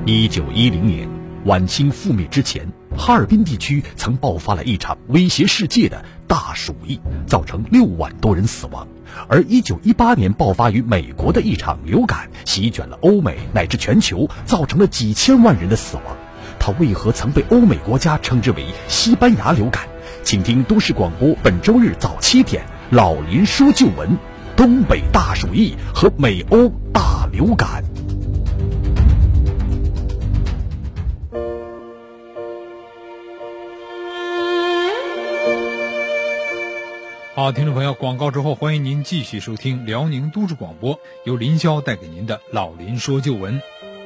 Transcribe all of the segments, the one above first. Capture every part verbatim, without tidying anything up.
一九一零年，晚清覆灭之前，哈尔滨地区曾爆发了一场威胁世界的大鼠疫，造成六万多人死亡。而一九一八年爆发于美国的一场流感，席卷了欧美乃至全球，造成了几千万人的死亡。它为何曾被欧美国家称之为西班牙流感？请听都市广播本周日早七点，老林说旧闻：东北大鼠疫和美欧大流感。 好，听众朋友，广告之后，欢迎您继续收听辽宁都市广播，由林霄带给您的老林说旧闻。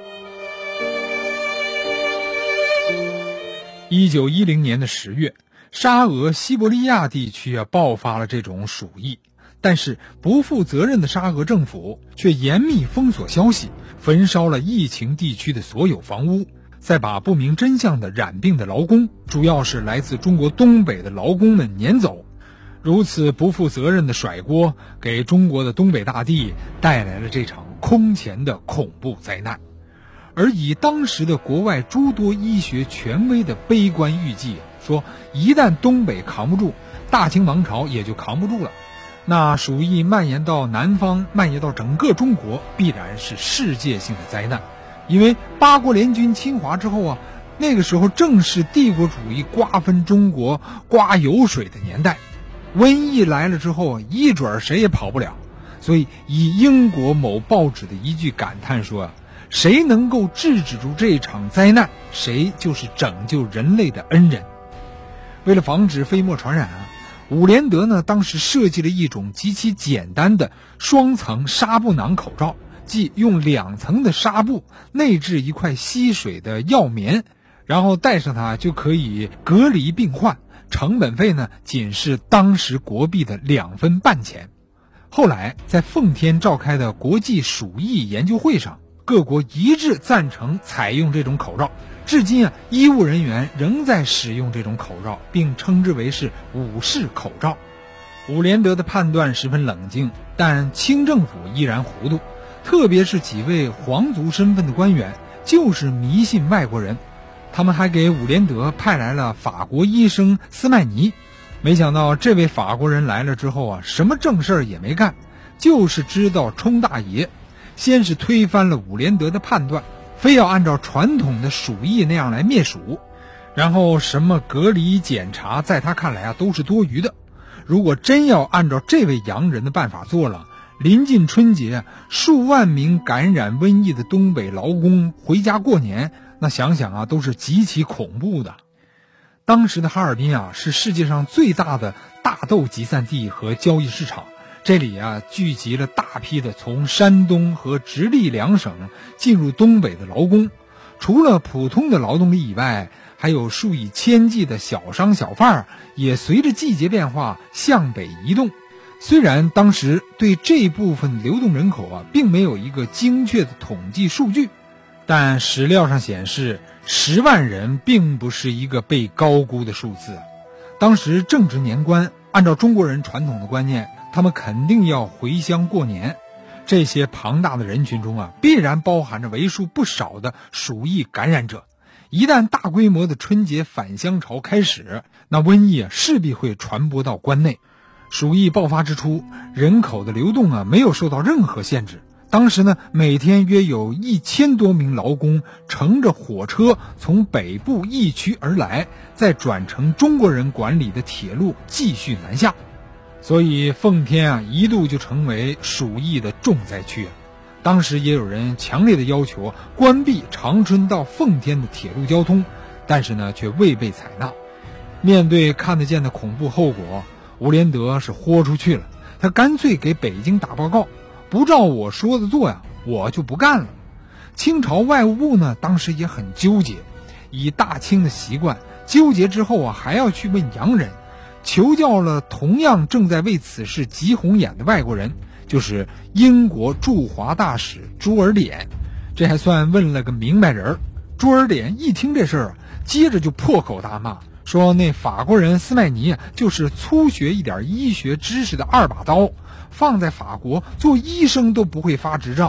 一九一零年的十月，沙俄西伯利亚地区啊爆发了这种鼠疫，但是不负责任的沙俄政府却严密封锁消息，焚烧了疫情地区的所有房屋，再把不明真相的染病的劳工，主要是来自中国东北的劳工们撵走。如此不负责任的甩锅，给中国的东北大地带来了这场空前的恐怖灾难。而以当时的国外诸多医学权威的悲观预计说，一旦东北扛不住，大清王朝也就扛不住了。那鼠疫蔓延到南方，蔓延到整个中国，必然是世界性的灾难。因为八国联军侵华之后啊，那个时候正是帝国主义瓜分中国、刮油水的年代。瘟疫来了之后，一准谁也跑不了。所以以英国某报纸的一句感叹说，谁能够制止住这场灾难，谁就是拯救人类的恩人。为了防止飞沫传染啊，伍连德呢当时设计了一种极其简单的双层纱布囊口罩，即用两层的纱布内置一块吸水的药棉，然后戴上它就可以隔离病患，成本费呢仅是当时国币的两分半钱。后来在奉天召开的国际鼠疫研究会上，各国一致赞成采用这种口罩。至今啊，医务人员仍在使用这种口罩，并称之为是武士口罩。伍连德的判断十分冷静，但清政府依然糊涂，特别是几位皇族身份的官员就是迷信外国人。他们还给伍连德派来了法国医生斯麦尼，没想到这位法国人来了之后啊，什么正事儿也没干，就是知道冲大爷。先是推翻了伍连德的判断，非要按照传统的鼠疫那样来灭鼠，然后什么隔离检查在他看来啊都是多余的。如果真要按照这位洋人的办法做了，临近春节，数万名感染瘟疫的东北劳工回家过年，那想想啊都是极其恐怖的。当时的哈尔滨啊是世界上最大的大豆集散地和交易市场，这里啊聚集了大批的从山东和直隶两省进入东北的劳工，除了普通的劳动力以外，还有数以千计的小商小贩也随着季节变化向北移动。虽然当时对这部分流动人口啊并没有一个精确的统计数据，但史料上显示十万人并不是一个被高估的数字。当时正值年关，按照中国人传统的观念，他们肯定要回乡过年。这些庞大的人群中啊，必然包含着为数不少的鼠疫感染者。一旦大规模的春节返乡潮开始，那瘟疫啊势必会传播到关内。鼠疫爆发之初，人口的流动啊没有受到任何限制。当时呢，每天约有一千多名劳工乘着火车从北部疫区而来，再转乘中国人管理的铁路继续南下。所以奉天啊一度就成为鼠疫的重灾区啊。当时也有人强烈的要求关闭长春到奉天的铁路交通，但是呢却未被采纳。面对看得见的恐怖后果，伍连德是豁出去了，他干脆给北京打报告，不照我说的做呀，我就不干了。清朝外务部呢当时也很纠结，以大清的习惯，纠结之后啊还要去问洋人，求教了同样正在为此事急红眼的外国人，就是英国驻华大使朱尔典。这还算问了个明白人。朱尔典一听这事儿，接着就破口大骂，说那法国人斯麦尼就是粗学一点医学知识的二把刀，放在法国做医生都不会发执照，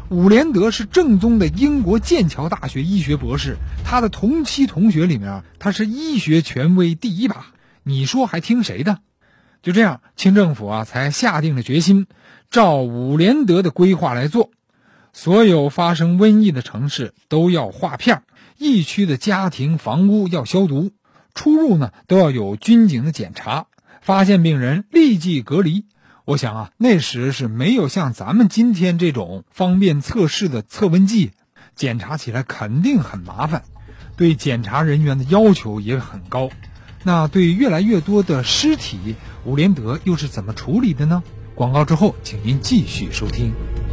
伍连德是正宗的英国剑桥大学医学博士，他的同期同学里面，他是医学权威第一把，你说还听谁的？就这样，清政府啊才下定了决心，照伍连德的规划来做。所有发生瘟疫的城市都要划片，疫区的家庭房屋要消毒，出入呢都要有军警的检查，发现病人立即隔离。我想啊，那时是没有像咱们今天这种方便测试的测温计，检查起来肯定很麻烦，对检查人员的要求也很高。那对越来越多的尸体，伍连德又是怎么处理的呢？广告之后，请您继续收听。